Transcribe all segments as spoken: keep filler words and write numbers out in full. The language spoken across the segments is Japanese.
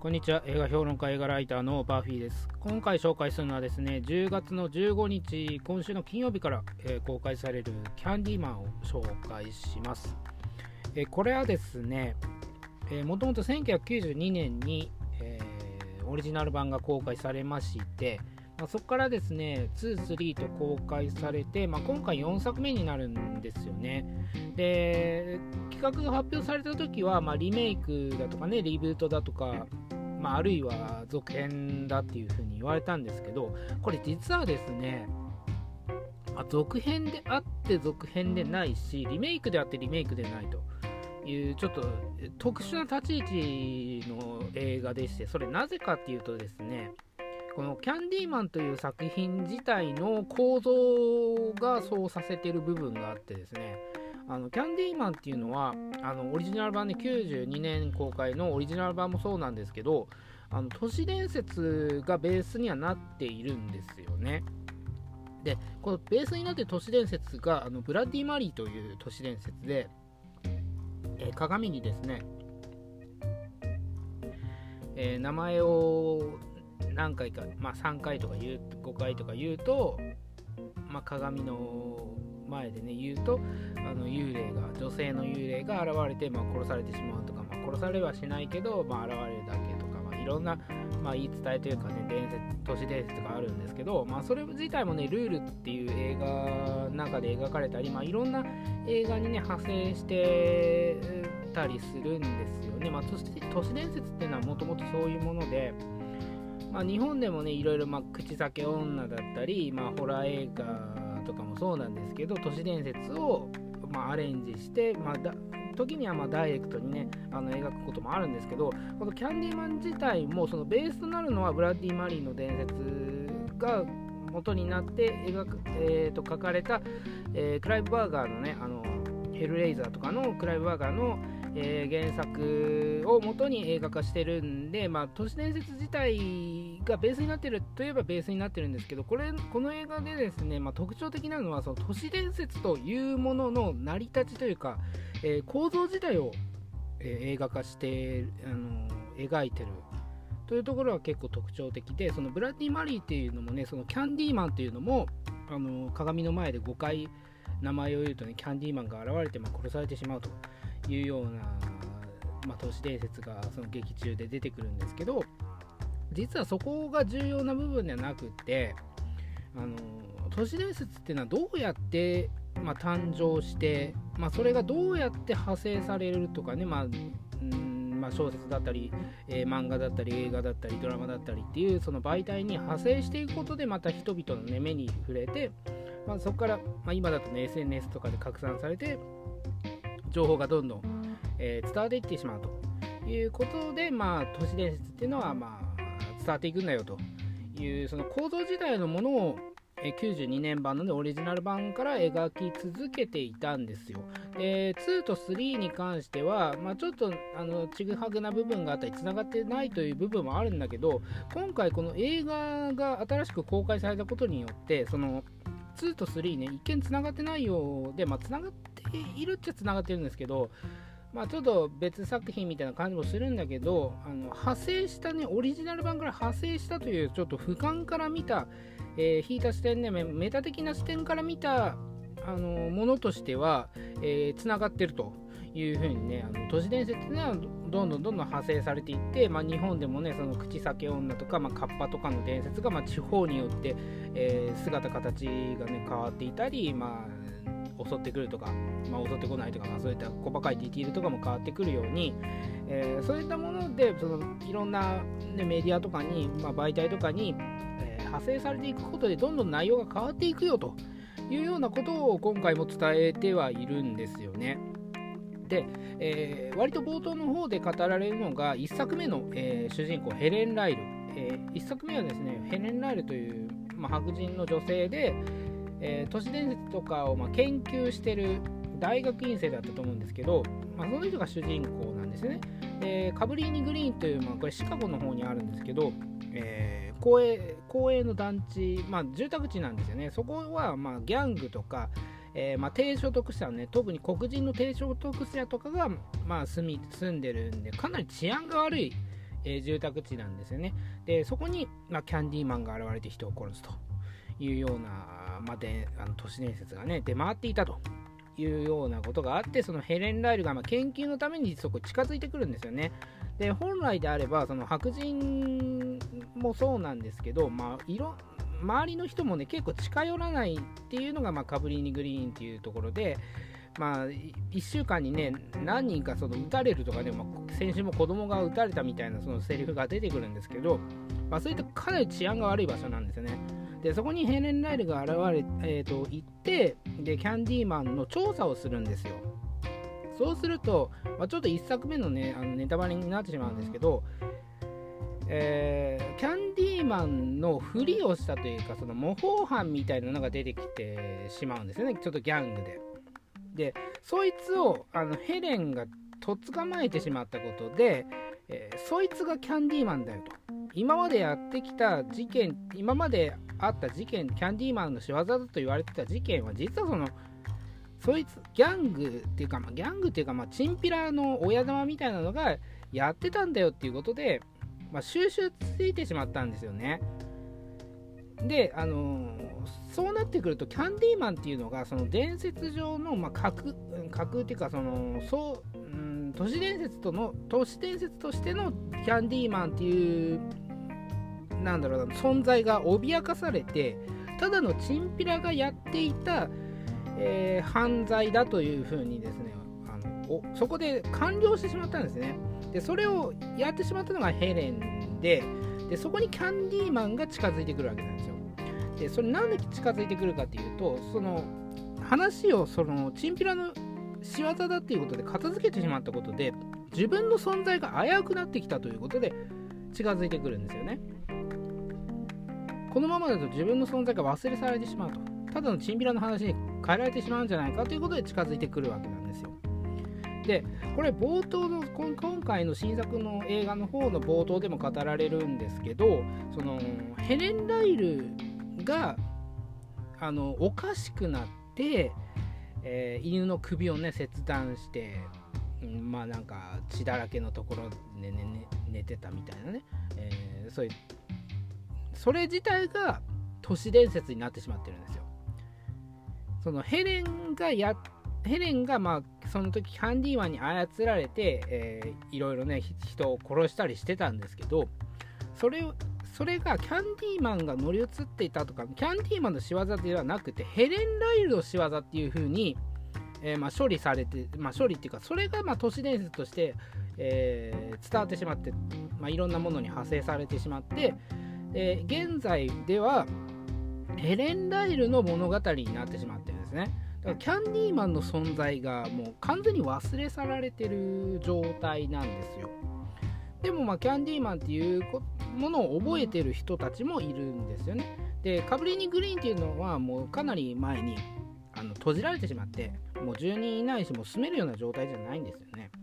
こんにちは。映画評論家、映画ライターのバーフィーです。今回紹介するのはですね、じゅうがつのじゅうごにち、今週の金曜日から、えー、公開されるキャンディーマンを紹介します。えー、これはですね、えー、もともとせんきゅうひゃくきゅうじゅうにねんに、えー、オリジナル版が公開されまして、まあ、そこからですね、に、さんと公開されて、まあ、今回よんさくめになるんですよね。で、企画が発表された時は、まあ、リメイクだとかね、リブートだとか、まあ、あるいは続編だっていう風に言われたんですけど、これ実はですね、続編であって続編でないし、リメイクであってリメイクでないというちょっと特殊な立ち位置の映画でして、それなぜかっていうとですね、このキャンディーマンという作品自体の構造がそうさせている部分があってですね、あのキャンディーマンっていうのはあのオリジナル版できゅうじゅうにねん公開のオリジナル版もそうなんですけど、あの都市伝説がベースにはなっているんですよね。で、このベースになっている都市伝説があのブラッディ・マリーという都市伝説で、えー、鏡にですね、えー、名前を何回か、まあ、さんかいとか言うごかいとか言うと、まあ、鏡の前でね言うと、あの幽霊が女性の幽霊が現れて、まあ、殺されてしまうとか、まあ、殺されはしないけど、まあ、現れるだけとか、まあ、いろんな、まあ、言い伝えというかね、伝説都市伝説があるんですけど、まあ、それ自体もねルールっていう映画の中で描かれたり、まあ、いろんな映画にね派生してたりするんですよね。まあ、都市都市伝説っていうのはもともとそういうもので、まあ、日本でもねいろいろ、まあ、口裂け女だったり、まあ、ホラー映画とかもそうなんですけど、都市伝説を、まあ、アレンジして、まあ、だ時にはまあダイレクトにねあの描くこともあるんですけど、このキャンディーマン自体もそのベースとなるのはブラッディ・マリーの伝説が元になって描く、えー、と書かれた、えー、クライブ・バーガーのねあのヘルレイザーとかのクライブ・バーガーのえー、原作を元に映画化してるんで、まあ、都市伝説自体がベースになってるといえばベースになってるんですけど、これこの映画でですね、まあ、特徴的なのはその都市伝説というものの成り立ちというか、えー、構造自体を、えー、映画化してあの描いてるというところは結構特徴的で、そのブラッディ・マリーっていうのもね、そのキャンディーマンっていうのもあの鏡の前でごかい名前を言うとね、キャンディーマンが現れて、まあ、殺されてしまうというような、まあ、都市伝説がその劇中で出てくるんですけど、実はそこが重要な部分ではなくて、あの都市伝説っていうのはどうやって、まあ、誕生して、まあ、それがどうやって派生されるとかね、まあうんまあ、小説だったり、えー、漫画だったり映画だったりドラマだったりっていうその媒体に派生していくことで、また人々の、ね、目に触れて、まあ、そこから、まあ、今だとね エスエヌエス とかで拡散されて情報がどんどん、えー、伝わっていってしまうということで、まあ、都市伝説っていうのは、まあ、伝わっていくんだよというその構造自体のものを、えー、きゅうじゅうにねん版の、ね、オリジナル版から描き続けていたんですよ。でにとさんに関しては、まあ、ちょっとあのちぐはぐな部分があったりつながってないという部分もあるんだけど、今回この映画が新しく公開されたことによってそのにとさんね、一見つながってないようで、まあ、つながっているっちゃつながってるんですけど、まあ、ちょっと別作品みたいな感じもするんだけど、あの派生したね、オリジナル版から派生したというちょっと俯瞰から見た、えー、引いた視点で、ね、メタ的な視点から見たあのものとしては、えー、つながってるというふうにね、あの都市伝説っていうのはどんどんどんどん派生されていって、まあ、日本でもねその口裂け女とか、まあ、カッパとかの伝説が、まあ、地方によって、えー、姿形がね変わっていたり、まあ、襲ってくるとか、まあ、襲ってこないとか、まあ、そういった細かいディティールとかも変わってくるように、えー、そういったものでそのいろんな、ね、メディアとかに、まあ、媒体とかに、えー、派生されていくことでどんどん内容が変わっていくよというようなことを今回も伝えてはいるんですよね。で、えー、割と冒頭の方で語られるのがいっさくめの、えー、主人公ヘレン・ライル、えー、いっさくめはですねヘレン・ライルという、まあ、白人の女性で、えー、都市伝説とかを、まあ、研究している大学院生だったと思うんですけど、まあ、その人が主人公なんですよね。でカブリーニ・グリーンという、まあ、これシカゴの方にあるんですけど、えー、公営、公営の団地、まあ、住宅地なんですよね。そこは、まあ、ギャングとかえーまあ、低所得者ね、特に黒人の低所得者とかが、まあ、住み住んでるんで、かなり治安が悪い、 えー、住宅地なんですよね。でそこに、まあ、キャンディーマンが現れて人を殺すというような、まあ、であの都市伝説がね出回っていたというようなことがあって、そのヘレン・ライルがまあ研究のためにそこに近づいてくるんですよね。で本来であればその白人もそうなんですけど、まあ、いろ周りの人もね結構近寄らないっていうのが、まあ、カブリーニ・グリーンっていうところで、まあ、いっしゅうかんにね何人かその撃たれるとかね、まあ、先週も子供が撃たれたみたいなそのセリフが出てくるんですけど、まあ、そういったかなり治安が悪い場所なんですよね。でそこにヘレン・ライルが現れ、えー、と行ってでキャンディーマンの調査をするんですよ。そうすると、まあ、ちょっといっさくめのねあのネタバレになってしまうんですけど、えー、キャンディーマンのふりをしたというかその模倣犯みたいなのが出てきてしまうんですよね、ちょっとギャングで。でそいつをあのヘレンがとっ捕まえてしまったことで、えー、そいつがキャンディーマンだよと、今までやってきた事件、今まであった事件、キャンディーマンの仕業だと言われてた事件は実はそのそいつギャングっていうか、まあ、ギャングっていうか、まあ、チンピラの親玉みたいなのがやってたんだよっていうことで、まあ、収集ついてしまったんですよね。で、あのー、そうなってくるとキャンディーマンっていうのがその伝説上の、まあ、架空架空っていうかそのそう、うん、都市伝説との都市伝説としてのキャンディーマンっていうなんだろうな存在が脅かされて、ただのチンピラがやっていた、えー、犯罪だというふうにですね、あのおそこで完了してしまったんですね。でそれをやってしまったのがヘレンで、でそこにキャンディーマンが近づいてくるわけなんですよ。でそれなんで近づいてくるかっていうと、その話をそのチンピラの仕業だっていうことで片付けてしまったことで自分の存在が危うくなってきたということで近づいてくるんですよね。このままだと自分の存在が忘れ去られてしまうと、ただのチンピラの話に変えられてしまうんじゃないかということで近づいてくるわけなんですよ。でこれ冒頭の今回の新作の映画の方の冒頭でも語られるんですけど、そのヘレン・ライルがあのおかしくなって、えー、犬の首をね切断して、うん、まあなんか血だらけのところで、ねね、寝てたみたいなね、えー、そういうそれ自体が都市伝説になってしまってるんですよ。そのヘレンがやヘレンがまあその時キャンディーマンに操られて、えー、いろいろね人を殺したりしてたんですけど、それをそれがキャンディーマンが乗り移っていたとかキャンディーマンの仕業ではなくてヘレン・ライルの仕業っていう風に、えー、まあ処理されて、まあ、処理っていうかそれがまあ都市伝説として、えー、伝わってしまって、まあ、いろんなものに派生されてしまって、えー、現在ではヘレン・ライルの物語になってしまってるんですね。だからキャンディーマンの存在がもう完全に忘れ去られてる状態なんですよ。でもまあキャンディーマンっていうものを覚えてる人たちもいるんですよね。でカブリーニ・グリーンっていうのはもうかなり前にあの閉じられてしまってもう住人いないしもう住めるような状態じゃないんですよね。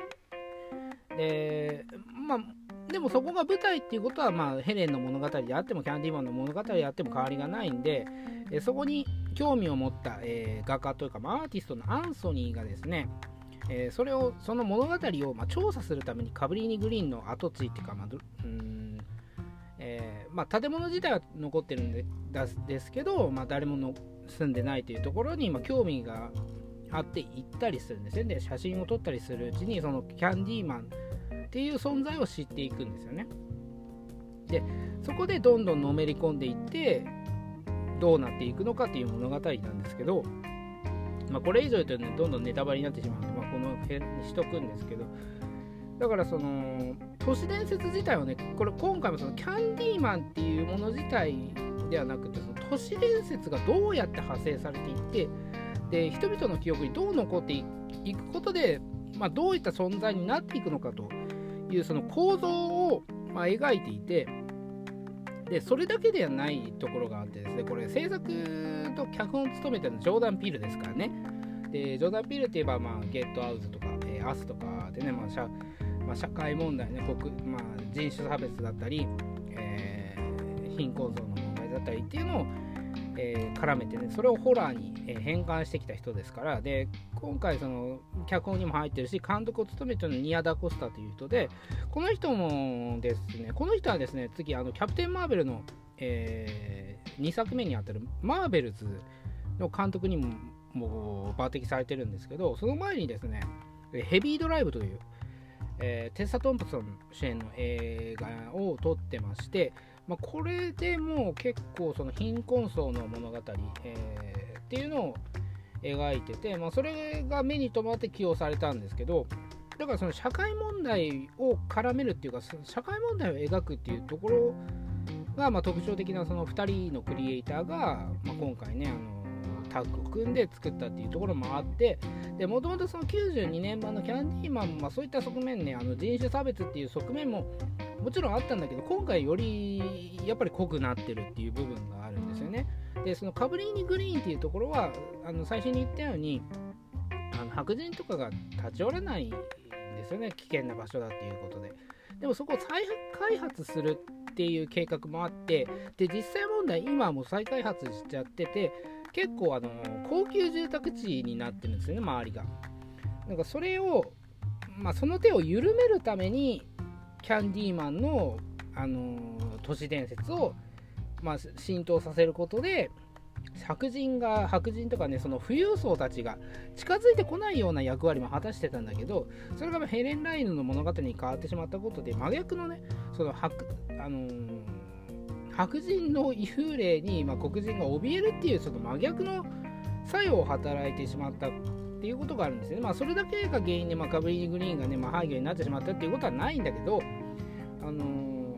でまあでもそこが舞台っていうことは、まあ、ヘレンの物語であってもキャンディーマンの物語であっても変わりがないんで、えそこに興味を持った、えー、画家というか、まあ、アーティストのアンソニーがですね、えー、それをその物語を、まあ、調査するためにカブリーニ・グリーンの跡地っていうか、まあうーんえーまあ、建物自体は残ってるんでですけど、まあ、誰もの住んでないというところに、まあ、興味があって行ったりするんですね。で写真を撮ったりするうちにそのキャンディーマンっていう存在を知っていくんですよね。でそこでどんどんのめり込んでいってどうなっていくのかっていう物語なんですけど、まあ、これ以上言うとねどんどんネタバレになってしまうので、まあ、この辺にしとくんですけど、だからその都市伝説自体はねこれ今回もそのキャンディーマンっていうもの自体ではなくてその都市伝説がどうやって派生されていってで人々の記憶にどう残っていくことで、まあ、どういった存在になっていくのかというその構造を、まあ、描いていて、でそれだけではないところがあってですね、これ制作と脚本を務めてるのはジョーダン・ピールですからね。でジョーダン・ピールって言えば、まあ、ゲットアウトとか、えー、アスとかでね、まあ 社, まあ、社会問題ね、国まあ、人種差別だったり、えー、貧困層の問題だったりっていうのを、えー、絡めてね、それをホラーに、えー、変換してきた人ですから、で今回その脚本にも入ってるし監督を務めてるのニア・ダ・コスタという人で、この人もですねこの人はですね次あのキャプテン・マーベルの、えー、にさくめにあたるマーベルズの監督にももう抜擢されてるんですけど、その前にですねヘビードライブという、えー、テッサ・トンプソン主演の映画を撮ってまして、まあ、これでもう結構その貧困層の物語、えー、っていうのを描いてて、まあ、それが目に留まって起用されたんですけど、だからその社会問題を絡めるっていうか社会問題を描くっていうところがまあ特徴的なそのふたりのクリエイターが、まあ、今回ねあのタッグを組んで作ったっていうところもあって、でもともとそのきゅうじゅうにねん版のキャンディーマンも、まあ、そういった側面ねあの人種差別っていう側面ももちろんあったんだけど、今回よりやっぱり濃くなってるっていう部分があるんですよね。でそのカブリーニ・グリーンっていうところはあの最初に言ったようにあの白人とかが立ち寄らないんですよね、危険な場所だっていうことで。でもそこを再開発するっていう計画もあって、で実際問題今はもう再開発しちゃってて、結構あの高級住宅地になってるんですよね周りが。なんかそれを、まあ、その手を緩めるためにキャンディーマンの、あのー、都市伝説を、まあ、浸透させることで白人が白人とかねその富裕層たちが近づいてこないような役割も果たしてたんだけど、それがヘレン・ライヌの物語に変わってしまったことで真逆のねその白、あのー、白人の幽霊に、まあ、黒人が怯えるっていうその真逆の作用を働いてしまったっていうことがあるんですよね。まあそれだけが原因で、まあ、カブリーニ・グリーンがね、まあ、廃墟になってしまったっていうことはないんだけど、あのー、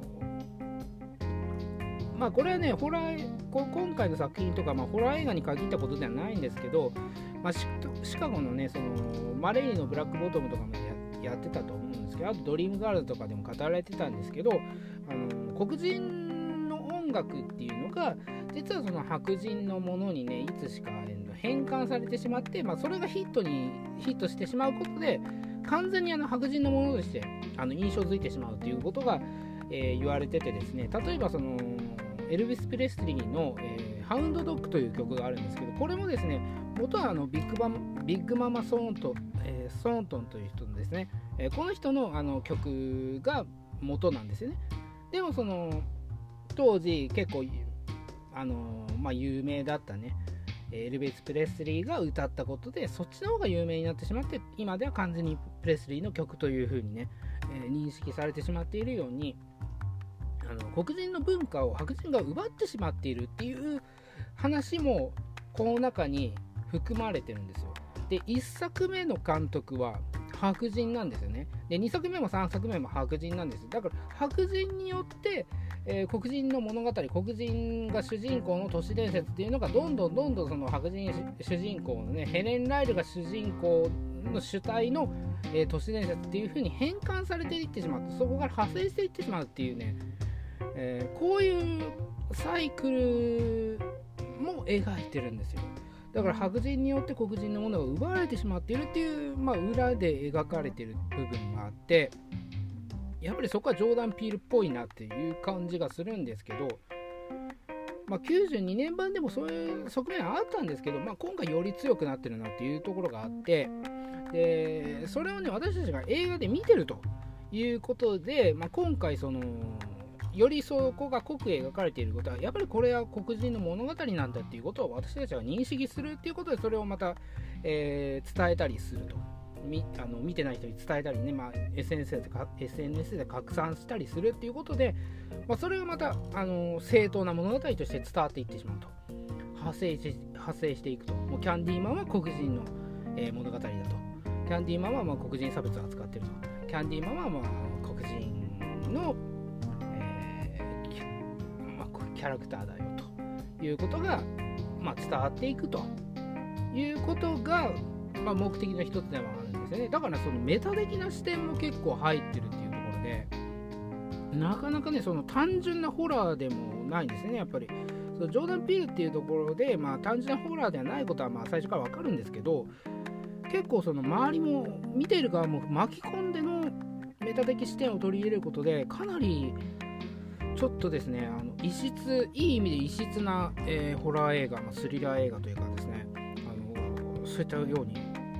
まあこれはねホラー今回の作品とか、まあ、ホラー映画に限ったことではないんですけど、まあ、シ, シカゴのねそのマレーニのブラックボトムとかも や, やってたと思うんですけど、あとドリームガールズとかでも語られてたんですけど、あのー、黒人の音楽っていうのが実はその白人のものにねいつしか変換されてしまって、まあ、それがヒットにヒットしてしまうことで完全にあの白人のものとしてあの印象づいてしまうということが、えー、言われててですね、例えばそのエルヴィス・プレスリーの、えー、ハウンドドッグという曲があるんですけど、これもですね元はあのビッグバビッグママソーント、えー、ソーントンという人のですね、えー、この人のあの曲が元なんですよね。でもその当時結構あの、まあ、有名だったねエルヴィス・プレスリーが歌ったことでそっちの方が有名になってしまって、今では完全にプレスリーの曲という風にね、えー、認識されてしまっているように、あの黒人の文化を白人が奪ってしまっているっていう話もこの中に含まれてるんですよ。でいっさくめの監督は白人なんですよね。でにさくめもさんさくめも白人なんです。だから白人によってえー、黒人の物語、黒人が主人公の都市伝説っていうのがどんどんどんどんその白人主人公のねヘレン・ライルが主人公の主体の、えー、都市伝説っていう風に変換されていってしまって、そこから派生していってしまうっていうね、えー、こういうサイクルも描いてるんですよ。だから白人によって黒人のものが奪われてしまっているっていう、まあ、裏で描かれている部分があって、やっぱりそこはジョーダン・ピールっぽいなっていう感じがするんですけど、まあ、きゅうじゅうにねん版でもそういう側面はあったんですけど、まあ、今回より強くなってるなっていうところがあって、でそれをね私たちが映画で見てるということで、まあ、今回そのよりそこが濃く描かれていることはやっぱりこれは黒人の物語なんだっていうことを私たちは認識するっていうことで、それをまた、えー、伝えたりすると。みあの見てない人に伝えたりね、まあ、エスエヌエス でか エスエヌエス で拡散したりするっていうことで、まあ、それがまたあの正当な物語として伝わっていってしまうと、派生し派生していくと。もうキャンディーマンは黒人の、えー、物語だと。キャンディーマンはまあ黒人差別を扱っていると。キャンディーマンはまあ黒人の、えーキャまあ、キャラクターだよということが、まあ、伝わっていくということが、まあ、目的の一つではあるんですよね。だからそのメタ的な視点も結構入ってるっていうところで、なかなかねその単純なホラーでもないんですね。やっぱりそのジョーダン・ピールっていうところで、まあ、単純なホラーではないことはまあ最初から分かるんですけど、結構その周りも見ている側も巻き込んでのメタ的視点を取り入れることで、かなりちょっとですねあの異質いい意味で異質な、えー、ホラー映画、まあ、スリラー映画というかですね、あのそういったように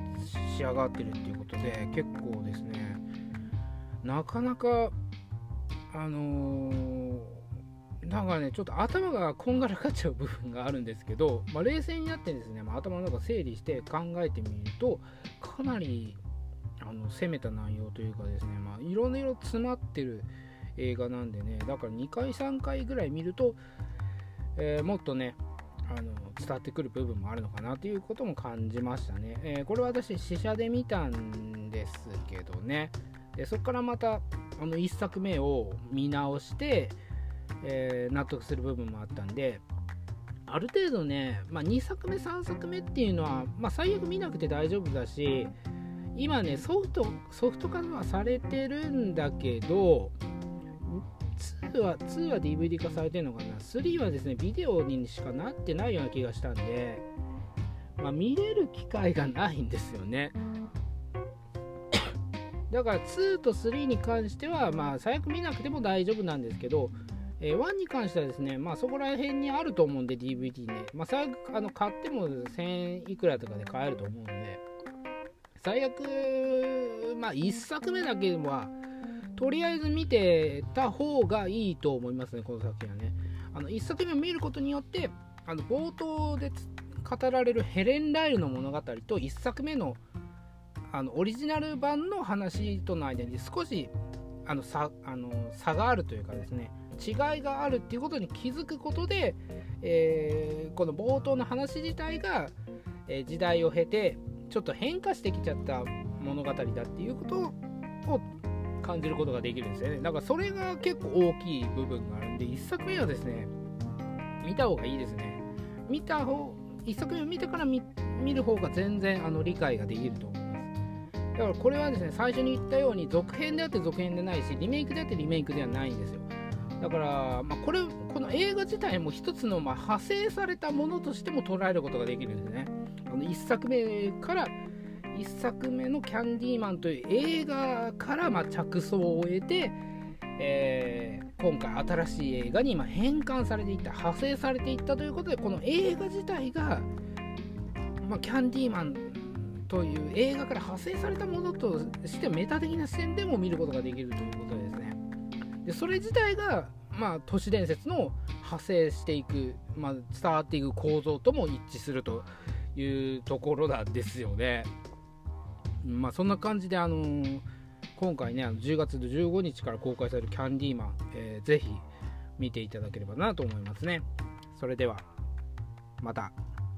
仕上がってるっていうことで、結構ですね、なかなかあのー、なんかねちょっと頭がこんがらがっちゃう部分があるんですけど、まあ、冷静になってですね、まあ、頭の中整理して考えてみると、かなりあの攻めた内容というかですね、まあ、いろいろ詰まってる映画なんでね、だからにかいさんかいぐらい見ると、えー、もっとねあの伝わってくる部分もあるのかなということも感じましたね。えー、これは私試写で見たんですけどね、でそこからまたあのいっさくめを見直して、えー、納得する部分もあったんで、ある程度ね、まあ、にさくめさんさくめっていうのは、まあ、最悪見なくて大丈夫だし、今ねソフトソフト化はされてるんだけど、ツーはツーは ディーブイディー 化されてるのかな、スリーはですねビデオにしかなってないような気がしたんで、まあ、見れる機会がないんですよね。だからツーとスリーに関しては、まあ、最悪見なくても大丈夫なんですけど、えー、ワンに関してはですね、まあ、そこら辺にあると思うんで ディーブイディー ね、まあ、最悪あの買ってもせんいくらとかで買えると思うんで、最悪、まあ、いっさくめだけはとりあえず見てた方がいいと思いますね、この作品はね。あのいっさくめを見ることによって、あの冒頭で語られるヘレン・ライルの物語といっさくめのあのオリジナル版の話との間に少しあの 差, あの差があるというかですね、違いがあるっていうことに気づくことで、えー、この冒頭の話自体が、えー、時代を経てちょっと変化してきちゃった物語だっていうことを感じることができるんですよね。だからそれが結構大きい部分があるんで、いっさくめはですね見た方がいいですね。見た方いっさくめを見てから 見, 見る方が全然あの理解ができると思います。だからこれはですね、最初に言ったように続編であって続編でないし、リメイクであってリメイクではないんですよ。だから、まあ、これこの映画自体も一つのまあ派生されたものとしても捉えることができるんですね。あのいっさくめからいっさくめのキャンディーマンという映画からまあ着想を得て、えー、今回新しい映画にまあ変換されていった、派生されていったということで、この映画自体が、まあ、キャンディーマンという映画から派生されたものとしてメタ的な視点でも見ることができるということですね。でそれ自体が、まあ、都市伝説の派生していく、まあ、伝わっていく構造とも一致するというところなんですよね。まあそんな感じで、あのー、今回ねじゅうがつじゅうごにちから公開されるキャンディーマン、えー、ぜひ見ていただければなと思いますね。それではまた。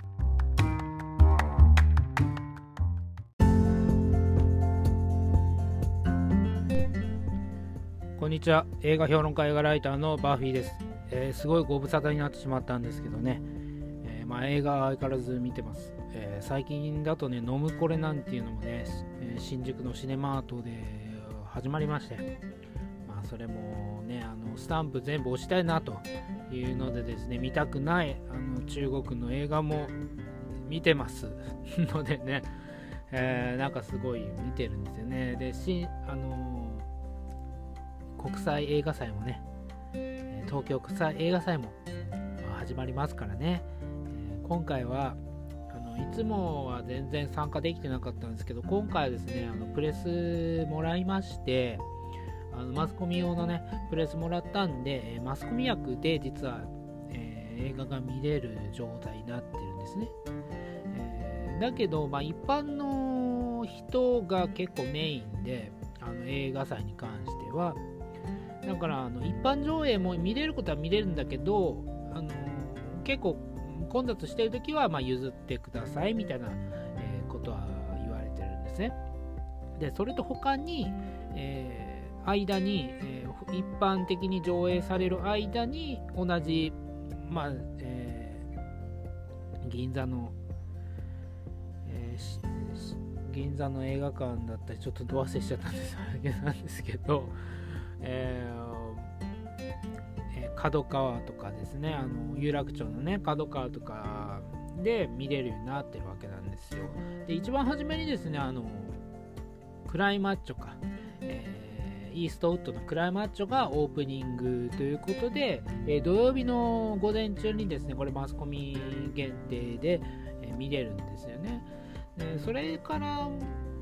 こんにちは、映画評論家映画ライターのバーフィーです。えー、すごいご無沙汰になってしまったんですけどね、えーまあ、映画相変わらず見てます。えー、最近だとね、ノムコレなんていうのもね、えー、新宿のシネマートで始まりまして、まあ、それもね、あのスタンプ全部押したいなというのでですね、見たくないあの中国の映画も見てますのでね、えー、なんかすごい見てるんですよね。でしあのー国際映画祭もね、東京国際映画祭も始まりますからね、今回はあのいつもは全然参加できてなかったんですけど、今回はですね、あのプレスもらいまして、あのマスコミ用のねプレスもらったんで、マスコミ役で実は、えー、映画が見れる状態になってるんですね。えー、だけど、まあ、一般の人が結構メインで、あの映画祭に関してはだからあの一般上映も見れることは見れるんだけど、あの結構混雑してるときはまあ譲ってくださいみたいな、えー、ことは言われてるんですね。でそれと他に、えー、間に、えー、一般的に上映される間に同じ、まあえー、銀座の、えー、銀座の映画館だったりちょっとど忘れしちゃったんですあれなんですけど、えーえー、角川とかですね、あの有楽町のね角川とかで見れるようになってるわけなんですよ。で一番初めにですね、あのクライマッチョか、えー、イーストウッドのクライマッチョがオープニングということで、えー、土曜日の午前中にですね、これマスコミ限定で、えー、見れるんですよね。でそれから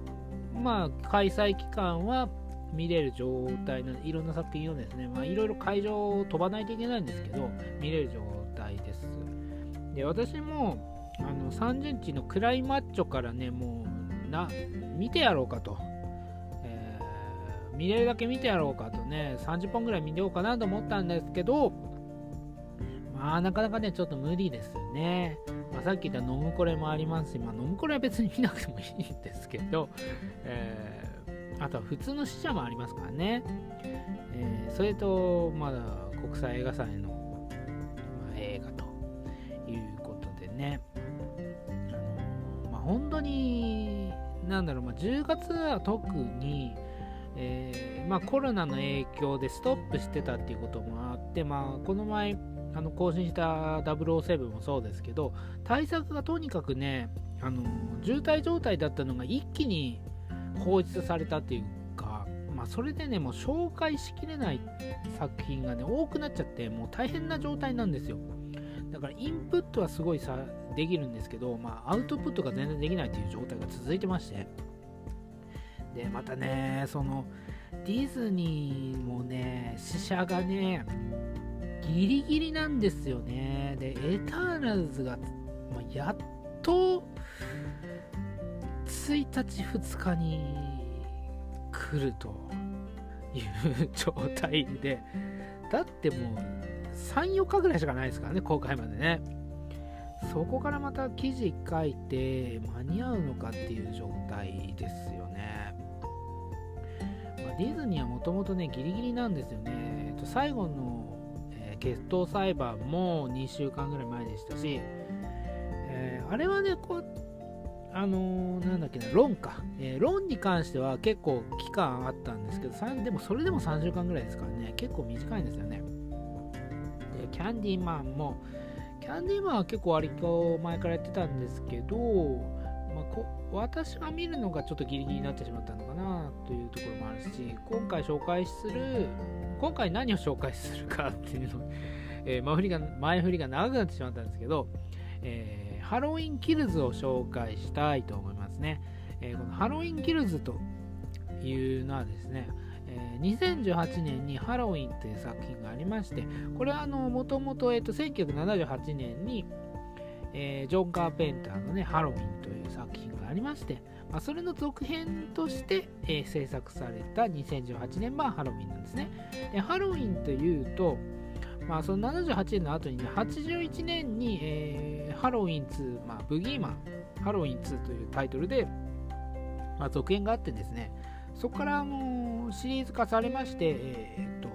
まあ開催期間は見れる状態のいろんな作品をですね、まあいろいろ会場を飛ばないといけないんですけど見れる状態です。で、私もあのさんじゅうにちのクライマッチョからね、もうな見てやろうかと、えー、見れるだけ見てやろうかとね、さんじゅっぽんぐらい見ようかなと思ったんですけど、まあなかなかねちょっと無理ですよね。まあ、さっき言ったノムコレもありますし、まあ、ノムコレは別に見なくてもいいんですけど、えー、あとは普通の試写もありますからね、えー、それとまだ国際映画祭の、まあ、映画ということでね、あのーまあ、本当になんだろう、まあ、じゅうがつは特に、えーまあ、コロナの影響でストップしてたっていうこともあって、まあ、この前あの更新したダブルオーセブンもそうですけど、対策がとにかくね、あの渋滞状態だったのが一気に放出されたっていうか、まあ、それでねもう紹介しきれない作品がね多くなっちゃって、もう大変な状態なんですよ。だからインプットはすごいさできるんですけど、まあ、アウトプットが全然できないという状態が続いてまして、でまたねそのディズニーもね試写がねギリギリなんですよね。でエターナルズが、まあ、やっとついたちふつかに来るという状態で、だってもうさん、よっかぐらいしかないですからね、公開までね。そこからまた記事書いて間に合うのかっていう状態ですよね。まあ、ディズニーはもともとねギリギリなんですよね。えっと、最後の決闘裁判もにしゅうかんぐらい前でしたし、えー、あれはねこうあのー、なんだっけな論か、えー、論に関しては結構期間あったんですけど、でもそれでもさんしゅうかんぐらいですからね、結構短いんですよね。でキャンディーマンもキャンディーマンは結構割と前からやってたんですけど、まあ、こ私が見るのがちょっとギリギリになってしまったのかなというところもあるし、今回紹介する今回何を紹介するかっていうの、えー、前振りが前振りが長くなってしまったんですけど、えー、ハロウィンキルズを紹介したいと思いますね。えー、このハロウィンキルズというのはですね、えー、にせんじゅうはちねんにハロウィンという作品がありまして、これはもともとせんきゅうひゃくななじゅうはちねんに、えー、ジョン・カーペンターのねハロウィンという作品がありまして、まあ、それの続編として、えー、制作されたにせんじゅうはちねん版ハロウィンなんですね。でハロウィンというと、まあ、そのななじゅうはちねんの後にね、はちじゅういちねんに、えー、ハロウィンツー、まあ、ブギーマンハロウィンツーというタイトルで、まあ、続編があってですね、そこからもうシリーズ化されまして、えー、っと、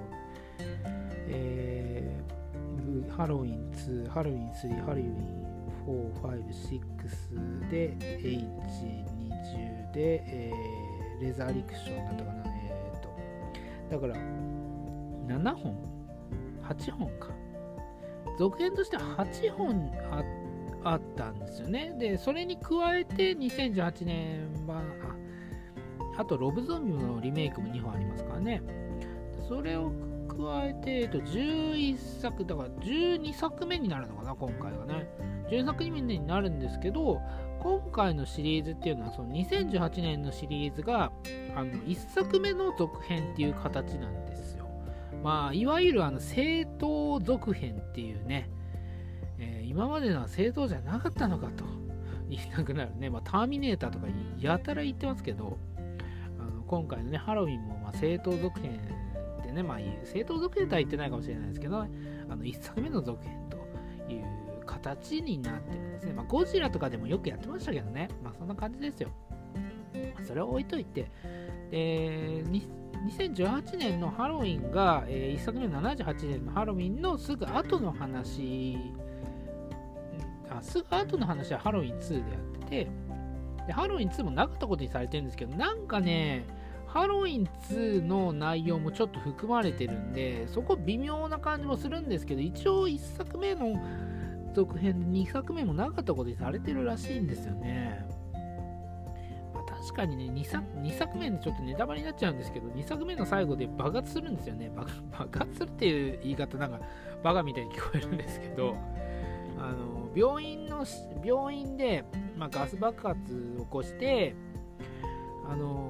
えー、ハロウィンツー、ハロウィンスリー、ハロウィンフォー、ファイブ、シックスで エイチにじゅう で、えー、レザーリクションだったかな、えー、っとだからななほんはっぽんか、続編としてははちほん あ, あったんですよね。でそれに加えてにせんじゅうはちねん版、ああとロブゾンビのリメイクもにほんありますからね。それを加えて、えっと、じゅういっさくだからじゅうにさくめになるのかな、今回はねじゅうにさくめになるんですけど、今回のシリーズっていうのはそのにせんじゅうはちねんのシリーズがあのいっさくめの続編っていう形なんですよ。まあいわゆるあの正当続編っていうね、えー、今までのは正当じゃなかったのかと言いたくなるね。まあターミネーターとかやたら言ってますけど、あの今回のねハロウィンもまあ正当続編ってね、まあ正当続編とは言ってないかもしれないですけど、ね、あのいっさくめの続編という形になってるんですね。まあゴジラとかでもよくやってましたけどね、まあそんな感じですよ。それを置いといて、でにせんじゅうはちねんのハロウィンが、えー、いっさくめのななじゅうはちねんのハロウィンのすぐ後の話、あすぐ後の話はハロウィンツーでやってて、でハロウィンツーもなかったことにされてるんですけど、なんかねハロウィンツーの内容もちょっと含まれてるんで、そこ微妙な感じもするんですけど、一応いっさくめの続編でにさくめもなかったことにされてるらしいんですよね。確かにね 2, 作にさくめでちょっとネタバレになっちゃうんですけど、にさくめの最後で爆発するんですよね。 爆, 爆発するっていう言い方なんかバカみたいに聞こえるんですけど、あの病院の病院で、まあ、ガス爆発を起こして、あの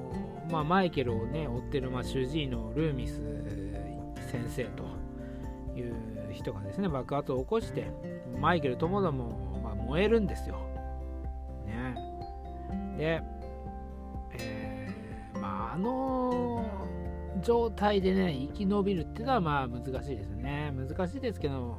まあ、マイケルをね追ってる、まあ、主治医のルーミス先生という人がですね爆発を起こして、マイケルともども、まあ、燃えるんですよ、ね、で、えー、まああの状態でね生き延びるっていうのはまあ難しいですね。難しいですけど、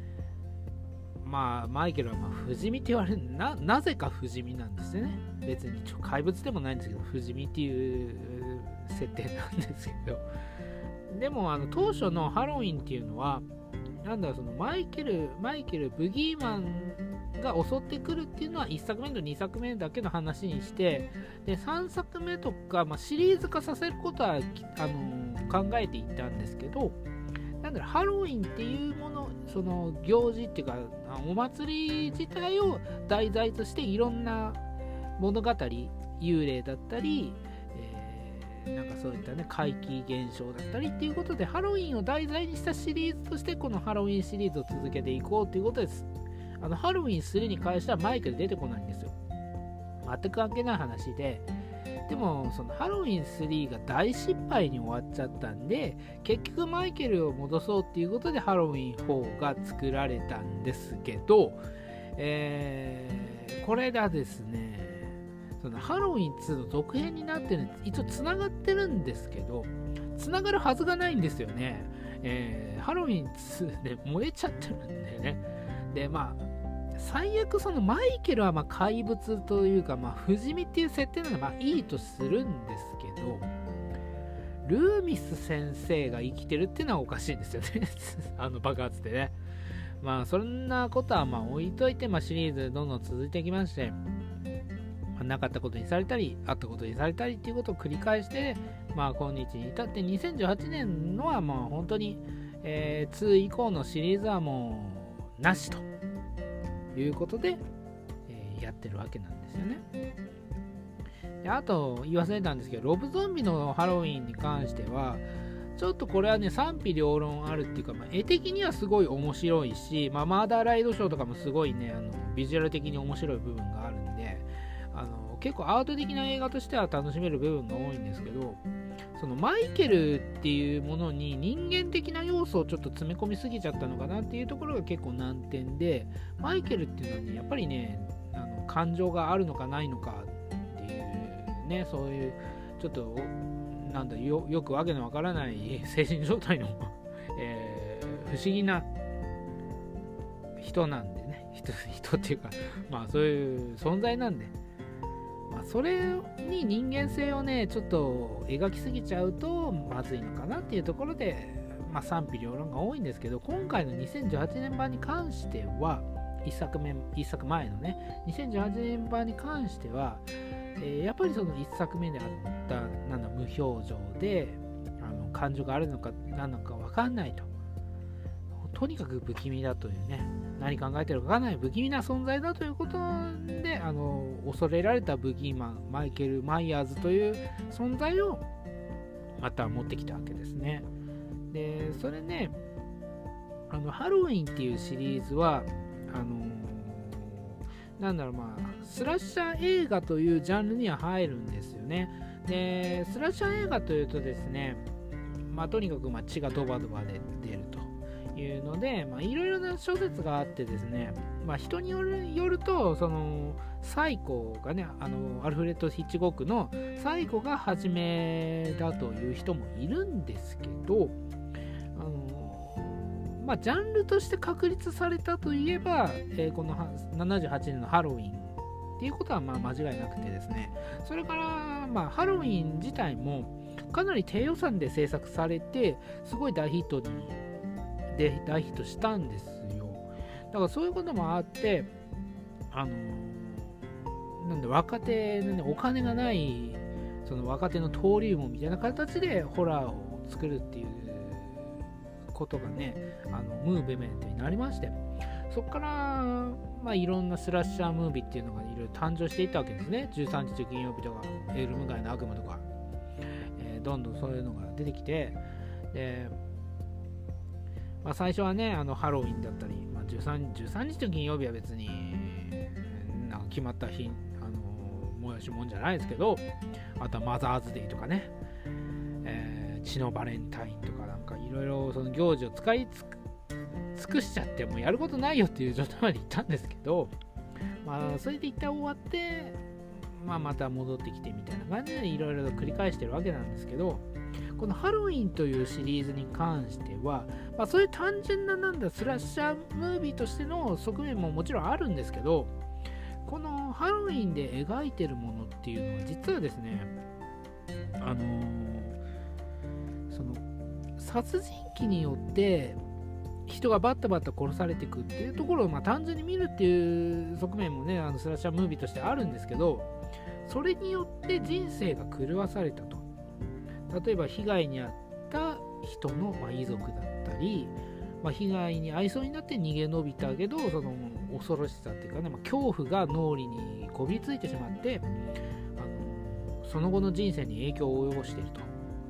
まあマイケルはまあ不死身って言われる な, なぜか不死身なんですよね。別にちょ怪物でもないんですけど不死身っていう設定なんですけど、でもあの当初のハロウィンっていうのはなんだろう、そのマイケルマイケルブギーマンが襲ってくるっていうのはいっさくめとにさくめだけの話にして、でさんさくめとか、まあ、シリーズ化させることはあの考えていたんですけど、なんだろう、ハロウィンっていうもの、その行事っていうかお祭り自体を題材としていろんな物語、幽霊だったり、えー、なんかそういったね怪奇現象だったりっていうことでハロウィンを題材にしたシリーズとしてこのハロウィンシリーズを続けていこうということです。あのハロウィンスリーに関してはマイケル出てこないんですよ。全く関係ない話で、でもそのハロウィンスリーが大失敗に終わっちゃったんで、結局マイケルを戻そうっていうことでハロウィンフォーが作られたんですけど、えー、これがですね、そのハロウィンツーの続編になってる、一応つながってるんですけど、つながるはずがないんですよね。えー、ハロウィンツーで燃えちゃってるんだよね。で、まあ最悪そのマイケルはまあ怪物というか、まあ不死身っていう設定なのはまあいいとするんですけど、ルーミス先生が生きてるっていうのはおかしいんですよねあの爆発でね。まあそんなことはまあ置いといて、まあシリーズどんどん続いていきまして、まあ、なかったことにされたりあったことにされたりっていうことを繰り返して、まあ今日に至ってにせんじゅうはちねんのはまあ本当に、えー、ツー以降のシリーズはもうなしということで、えー、やってるわけなんですよね。であと言い忘れたんですけど、ロブゾンビのハロウィンに関してはちょっとこれはね賛否両論あるっていうか、まあ、絵的にはすごい面白いし、まあ、マーダーライドショーとかもすごいねあのビジュアル的に面白い部分があるんで、あの結構アート的な映画としては楽しめる部分が多いんですけど、そのマイケルっていうものに人間的な要素をちょっと詰め込みすぎちゃったのかなっていうところが結構難点で、マイケルっていうのはねやっぱりねあの感情があるのかないのかっていうね、そういうちょっとなんだ よ, よくわけのわからない精神状態の、えー、不思議な人なんでね 人, 人っていうかまあそういう存在なんで、まあ、それに人間性をねちょっと描きすぎちゃうとまずいのかなっていうところで、まあ、賛否両論が多いんですけど、今回のにせんじゅうはちねん版に関してはいっさくめいっさくまえのねにせんじゅうはちねん版に関しては、えー、やっぱりそのいっさくめであったなんだ無表情であの感情があるのか何なのか分かんないと、とにかく不気味だというね、何考えてるか分からない不気味な存在だということで、あの恐れられたブギーマンマイケル・マイヤーズという存在をまた持ってきたわけですね。でそれね、あのハロウィンっていうシリーズはあのなんだろう、まあスラッシャー映画というジャンルには入るんですよね。でスラッシャー映画というとですね、まあとにかくまあ血がドバドバで出るというので、まあいろいろな諸説があってですね、まあ人によるよるとそのサイコがね、あのアルフレッド・ヒッチコックのサイコが初めだという人もいるんですけど、あのまあ、ジャンルとして確立されたといえば、えー、このななじゅうはちねんのハロウィンっていうことはまあ間違いなくてですね、それからまあハロウィン自体もかなり低予算で制作されてすごい大ヒットにで大ヒットしたんですよ。だからそういうこともあって、あのー、なんで若手の、ね、お金がないその若手の登竜門みたいな形でホラーを作るっていうことがね、あのムーブメントになりまして、そこから、まあ、いろんなスラッシャームービーっていうのがいろいろ誕生していったわけですね。じゅうさんにち金曜日とかエルム街の悪夢とか、えー、どんどんそういうのが出てきて、で、まあ、最初はねあのハロウィンだったり、まあ、じゅうさんにちの金曜日は別になんか決まった日あの催し物じゃないですけど、あとはマザーズデーとかね、えー、血のバレンタインとかなんかいろいろその行事を使いつく尽くしちゃってもうやることないよっていう状態まで行ったんですけど、まあそれで一旦終わって、まあ、また戻ってきてみたいな感じでいろいろと繰り返してるわけなんですけど、このハロウィンというシリーズに関しては、まあ、そういう単純ななんだスラッシャームービーとしての側面ももちろんあるんですけど、このハロウィンで描いてるものっていうのは実はですね、あのー、その殺人鬼によって人がバッタバッタ殺されていくっていうところを、まあ、単純に見るっていう側面もね、あのスラッシャームービーとしてあるんですけど、それによって人生が狂わされたと。例えば被害に遭った人の、まあ、遺族だったり、まあ、被害に遭いそうになって逃げ延びたけど、その恐ろしさっていうかね、まあ、恐怖が脳裏にこびりついてしまって、あのその後の人生に影響を及ぼしている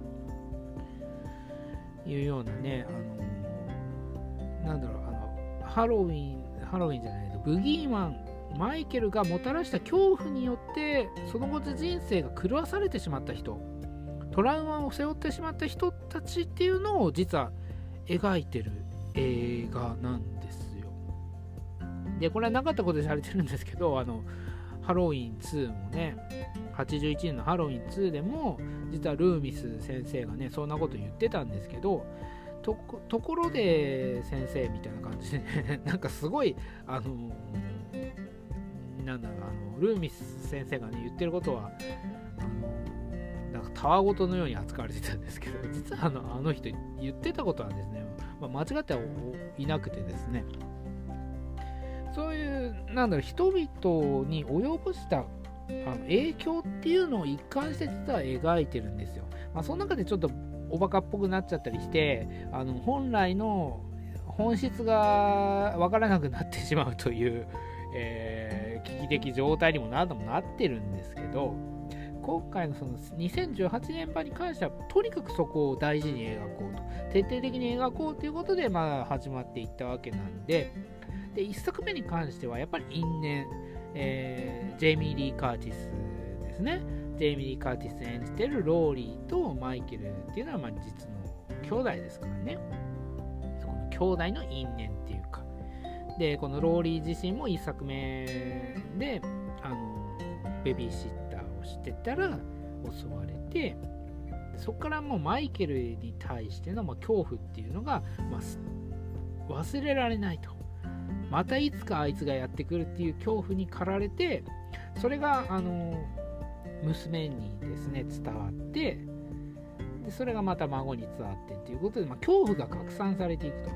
というようなね、あのなんだろう、あのハロウィンハロウィンじゃないとブギーマンマイケルがもたらした恐怖によってその後の人生が狂わされてしまった人、トラウマを背負ってしまった人たちっていうのを実は描いてる映画なんですよ。でこれはなかったことでされてるんですけど、あのハロウィンツーもね、はちじゅういちねんのハロウィンツーでも実はルーミス先生がねそんなこと言ってたんですけど、とこ、ところで先生みたいな感じで、ね、なんかすごいあのなんだろう、あのルーミス先生がね言ってることはあのなんかたわごとのように扱われてたんですけど、実はあのあの人言ってたことはですね、まあ、間違ってはいなくてですね、そういうなんだろう人々に及ぼしたあの影響っていうのを一貫して実は描いてるんですよ。まあ、その中でちょっとおバカっぽくなっちゃったりして、あの本来の本質が分からなくなってしまうという、えー、危機的状態にも何度もなってるんですけど、今回のそのにせんじゅうはちねん版に関してはとにかくそこを大事に描こうと、徹底的に描こうということで、まあ、始まっていったわけなんで、でいっさくめに関してはやっぱり因縁、えー、ジェイミー・リー・カーティスですね。ジェイミー・リー・カーティス演じてるローリーとマイケルっていうのは、まあ、実の兄弟ですからね。そこの兄弟の因縁っていうか、でこのローリー自身もいっさくめであのベビーシッターをしてたら襲われて、そこからもうマイケルに対してのまあ恐怖っていうのが、まあ、忘れられないと、またいつかあいつがやってくるっていう恐怖に駆られて、それがあの娘にですね伝わって、でそれがまた孫に伝わってっていうことで、まあ、恐怖が拡散されていくと。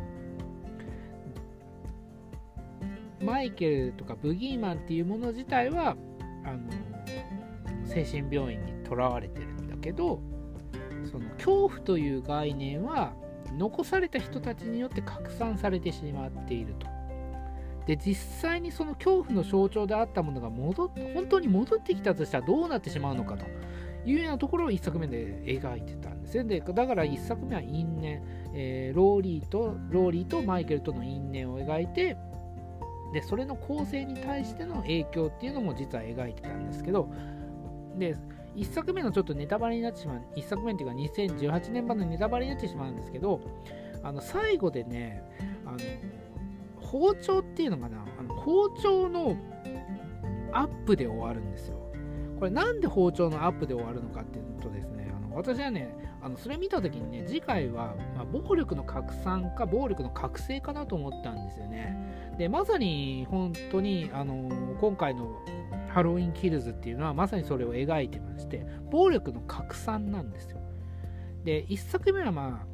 マイケルとかブギーマンっていうもの自体はあの精神病院にとらわれてるんだけど、その恐怖という概念は残された人たちによって拡散されてしまっていると。で実際にその恐怖の象徴であったものが戻っ本当に戻ってきたとしたらどうなってしまうのかというようなところをいっさくめで描いてたんですよ。でだからいっさくめは因縁、えー、ローリーとローリーとマイケルとの因縁を描いて、でそれの構成に対しての影響っていうのも実は描いてたんですけど、でいっさくめのちょっとネタバレになってしまう、いっさくめっていうかにせんじゅうはちねん版のネタバレになってしまうんですけど、あの最後でね、あの包丁っていうのかな、あの包丁のアップで終わるんですよ。これなんで包丁のアップで終わるのかっていうとですね、あの私はね、あのそれ見た時にね、次回は、まあ、暴力の拡散か暴力の覚醒かなと思ったんですよね。でまさに本当にあの今回のハロウィンキルズっていうのはまさにそれを描いてまして、暴力の拡散なんですよ。でいっさくめはま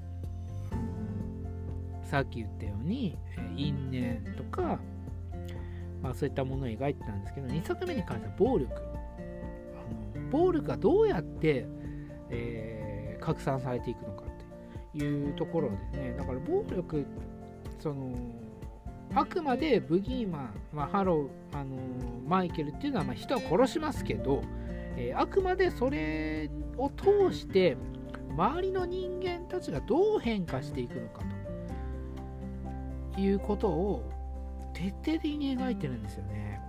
あさっき言ったように因縁とか、まあ、そういったものを描いてたんですけど、にさくめに関しては暴力、あの暴力がどうやって、えー、拡散されていくのかっていうところでね、だから暴力、そのあくまでブギーマン、まあ、ハロー、あのー、マイケルっていうのはまあ人は殺しますけど、えー、あくまでそれを通して周りの人間たちがどう変化していくのかということを徹底的に描いてるんですよね。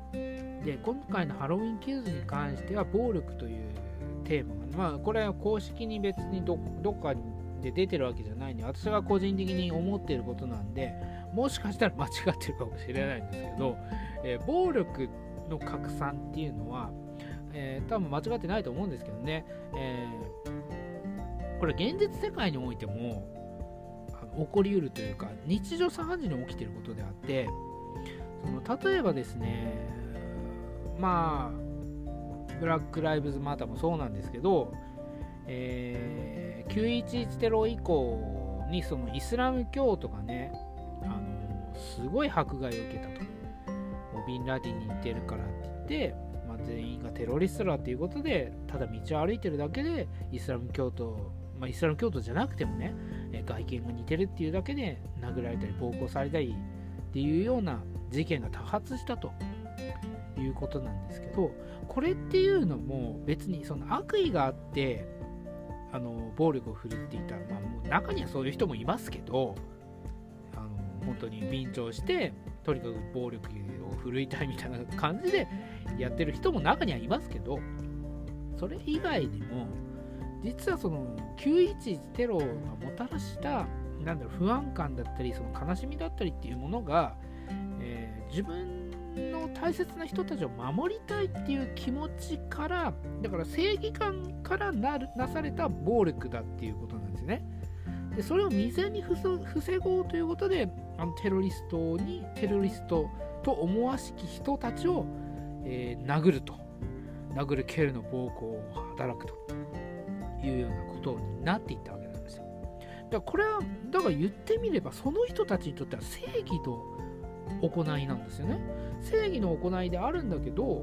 で今回のハロウィンキルズに関しては暴力というテーマが、まあこれは公式に別に ど, どっかで出てるわけじゃないので、私が個人的に思っていることなんで、もしかしたら間違ってるかもしれないんですけど、えー、暴力の拡散っていうのは、えー、多分間違ってないと思うんですけどね、えー、これ現実世界においても起こりうるというか、日常茶飯事に起きていることであって、その例えばですね、まあブラック・ライブズ・マターもそうなんですけど、えー、きゅういちいちテロ以降にそのイスラム教徒がね、あのすごい迫害を受けたと。もうビンラディンに似てるからって言って、まあ、全員がテロリストだっていうことで、ただ道を歩いてるだけでイスラム教徒、まあ、イスラム教徒じゃなくてもね、外見が似てるっていうだけで殴られたり暴行されたりっていうような事件が多発したということなんですけど、これっていうのも別にその悪意があってあの暴力を振るっていた、まあ、もう中にはそういう人もいますけど、あの本当に便乗してとにかく暴力を振るいたいみたいな感じでやってる人も中にはいますけど、それ以外にも実はそのきゅういちいちテロがもたらしたなんだろう不安感だったり、その悲しみだったりっていうものが、えー、自分の大切な人たちを守りたいっていう気持ちから、だから正義感からなるなされた暴力だっていうことなんですよね。でそれを未然に防ごうということで、あのテロリストにテロリストと思わしき人たちを、えー、殴ると殴る蹴るの暴行を働くというようなことになっていったわけなんですよ。だからこれはだから言ってみればその人たちにとっては正義の行いなんですよね。正義の行いであるんだけど、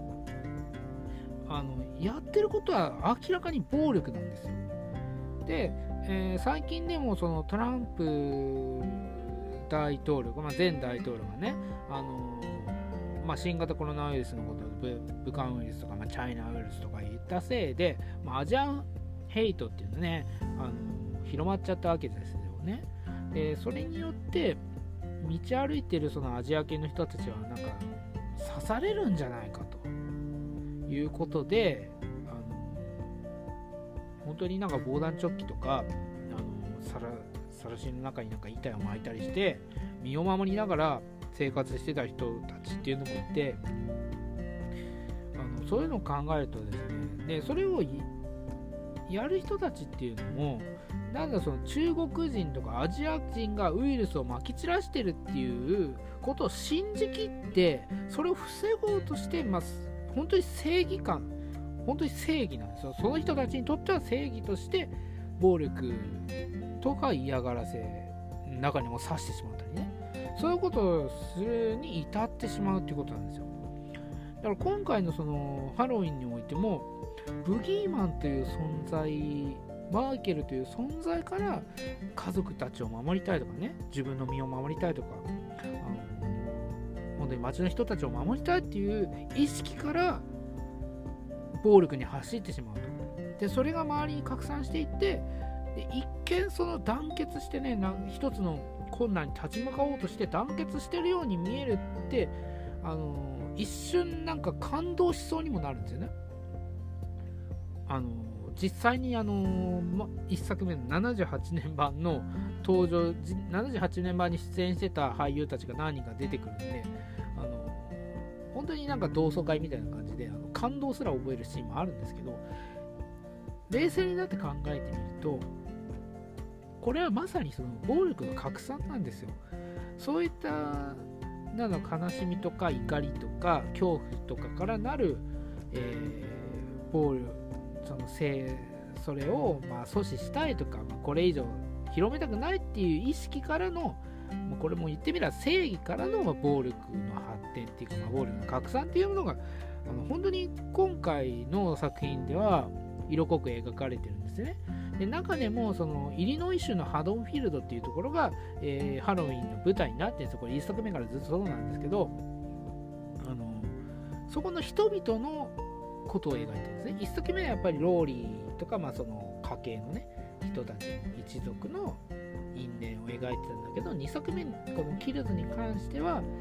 あのやってることは明らかに暴力なんですよ。で、えー、最近でもそのトランプ大統領、まあ、前大統領がね、あのーまあ、新型コロナウイルスのことで武漢ウイルスとか、まあ、チャイナウイルスとか言ったせいで、まあ、アジアンヘイトっていうのね、あのー、広まっちゃったわけですよね。でそれによって道歩いてるそのアジア系の人たちはなんか刺されるんじゃないかということで、あの本当になんか防弾チョッキとかあのさらさらしの中になんか板を巻いたりして身を守りながら生活してた人たちっていうのもいて、あのそういうのを考えるとですね、でそれをやる人たちっていうのもなんだその中国人とかアジア人がウイルスをまき散らしてるっていうことを信じきってそれを防ごうとしてます。本当に正義感、本当に正義なんですよ。その人たちにとっては正義として暴力とか嫌がらせ中にも刺してしまったりね、そういうことをするに至ってしまうっていうことなんですよ。だから今回のそのハロウィンにおいてもブギーマンという存在、マーケルという存在から家族たちを守りたいとかね、自分の身を守りたいとか、あの本当に街の人たちを守りたいっていう意識から暴力に走ってしまうと。でそれが周りに拡散していって、で一見その団結してね、な一つの困難に立ち向かおうとして団結してるように見えるって、あの一瞬なんか感動しそうにもなるんですよね。あの実際にあの、ま、いっさくめのななじゅうはちねんばんの登場、ななじゅうはちねんばんに出演してた俳優たちが何人か出てくるんで、あの本当になんか同窓会みたいな感じであの感動すら覚えるシーンもあるんですけど、冷静になって考えてみるとこれはまさにその暴力の拡散なんですよ。そういったなんだ悲しみとか怒りとか恐怖とかからなる、えー、暴力、そのせそれをまあ阻止したいとか、まあ、これ以上広めたくないっていう意識からの、もうこれも言ってみれば正義からの暴力の発展っていうか、まあ、暴力の拡散っていうものがあの本当に今回の作品では色濃く描かれてるんですね。で中でもそのイリノイ州のハドンフィールドっていうところが、えー、ハロウィンの舞台になってるんですよ。これいっさくめからずっとそうなんですけど、あのそこの人々のことを描いてるんですね。いっさくめはやっぱりローリーとか、まあ、その家系のね人たちの一族の因縁を描いてたんだけど、にさくめこのキルズに関しては、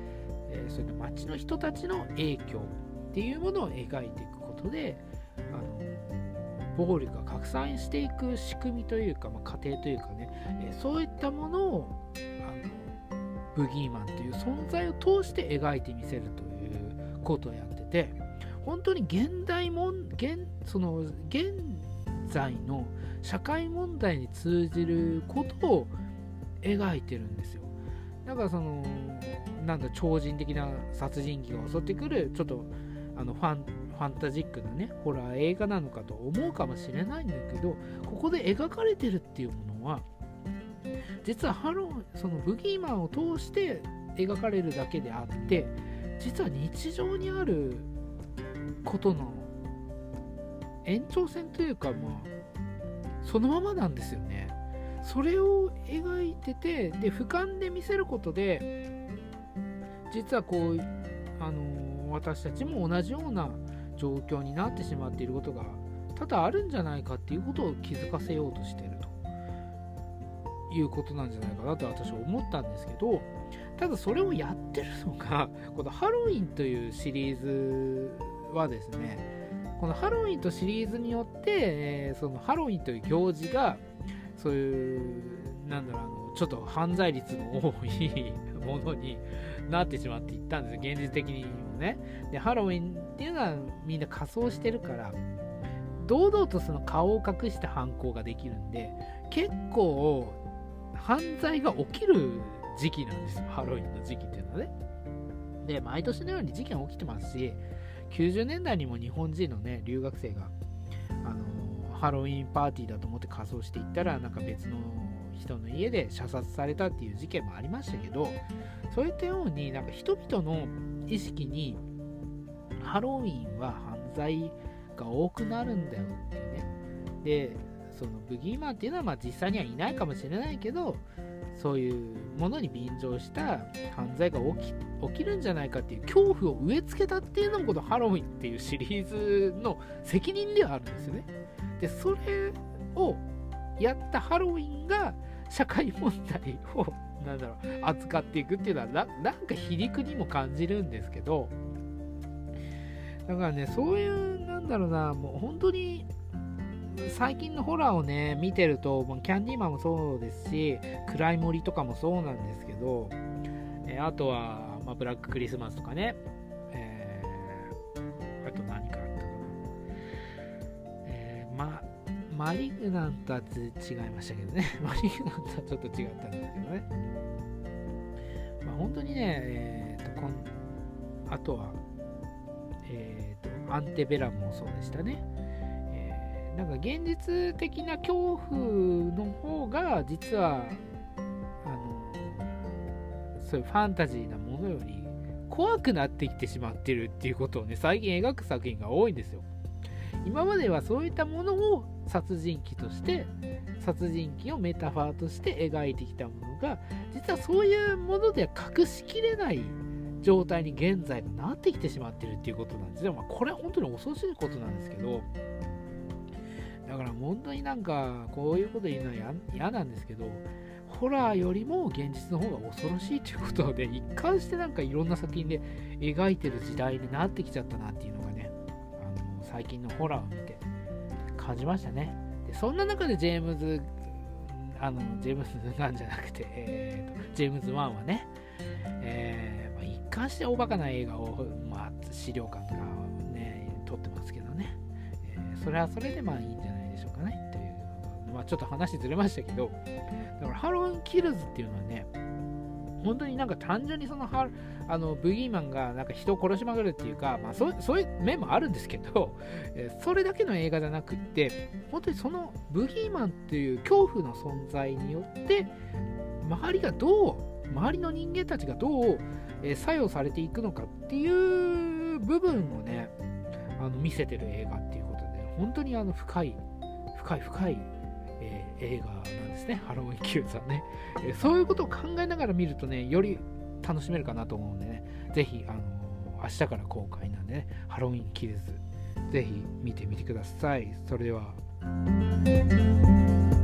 えー、そういった街の人たちの影響っていうものを描いていくことで、あの暴力が拡散していく仕組みというか、まあ、過程というかね、えー、そういったものをあのブギーマンという存在を通して描いてみせるということをやってて、本当に現代もん現その現在の社会問題に通じることを描いてるんですよ。だからそのなんだ超人的な殺人鬼が襲ってくるちょっとあのファンファンタジックなねホラー映画なのかと思うかもしれないんだけど、ここで描かれてるっていうものは実はハローそのブギーマンを通して描かれるだけであって、実は日常にあることの延長線というか、まあそのままなんですよね。それを描いてて、で俯瞰で見せることで実はこう、あのー、私たちも同じような状況になってしまっていることが多々あるんじゃないかっていうことを気づかせようとしているということなんじゃないかなと私は思ったんですけど、ただそれをやってるのがこのハロウィンというシリーズはですね、このハロウィンとシリーズによって、えー、そのハロウィンという行事がそういうなんだろうあのちょっと犯罪率の多いものになってしまっていったんですよ、現実的にもね。でハロウィンっていうのはみんな仮装してるから堂々とその顔を隠した犯行ができるんで、結構犯罪が起きる時期なんですよ、ハロウィンの時期っていうのはね。で毎年のように事件起きてますし、きゅうじゅうねんだいにも日本人のね留学生が、あのー、ハロウィンパーティーだと思って仮装していったらなんか別の人の家で射殺されたっていう事件もありましたけど、そういったようになんか人々の意識にハロウィンは犯罪が多くなるんだよっていうね。でそのブギーマンっていうのはまあ実際にはいないかもしれないけど、そういうものに便乗した犯罪が起き、起きるんじゃないかっていう恐怖を植え付けたっていうのもこのハロウィンっていうシリーズの責任ではあるんですよね。でそれをやったハロウィンが社会問題をなんだろう扱っていくっていうのは な, なんか皮肉にも感じるんですけど、だからねそういうなんだろうな、もう本当に最近のホラーをね見てると、もうキャンディーマンもそうですし暗い森とかもそうなんですけど、えー、あとは、まあ、ブラッククリスマスとかね、えー、あと何かあったかな、えー、まマリグナントは違いましたけどねマリグナントはちょっと違ったんですけどね、まあ、本当にね、えー、とこんあとは、えー、とアンテベラムもそうでしたね。なんか現実的な恐怖の方が実はあのそういうファンタジーなものより怖くなってきてしまってるっていうことをね最近描く作品が多いんですよ。今まではそういったものを殺人鬼として殺人鬼をメタファーとして描いてきたものが実はそういうものでは隠しきれない状態に現在がなってきてしまってるっていうことなんですよ。まあ、これは本当に恐ろしいことなんですけど、だから本当になんかこういうこと言うのは嫌なんですけど、ホラーよりも現実の方が恐ろしいということで一貫してなんかいろんな作品で描いてる時代になってきちゃったなっていうのがね、あの最近のホラーを見て感じましたね。でそんな中でジェームズあのジェームズなんじゃなくて、えー、とジェームズワンはね、えーまあ、一貫しておバカな映画を、まあ、資料館とかね撮ってますけどね、えー、それはそれでまあいいんじゃないでしょうかねという、まあ、ちょっと話ずれましたけど、だからハロウィンキルズっていうのはね本当になんか単純にそのハあのブギーマンがなんか人を殺しまくるっていうか、まあ、そう、そういう面もあるんですけど、えー、それだけの映画じゃなくって本当にそのブギーマンっていう恐怖の存在によって周りがどう周りの人間たちがどう、えー、作用されていくのかっていう部分をねあの見せてる映画っていうことで、ね、本当にあの深い深い深いえー、映画なんですね、ハロウィンキルズはね、えー、そういうことを考えながら見るとねより楽しめるかなと思うんでね、ぜひ、あのー、明日から公開なんでね、ハロウィンキルズぜひ見てみてください。それでは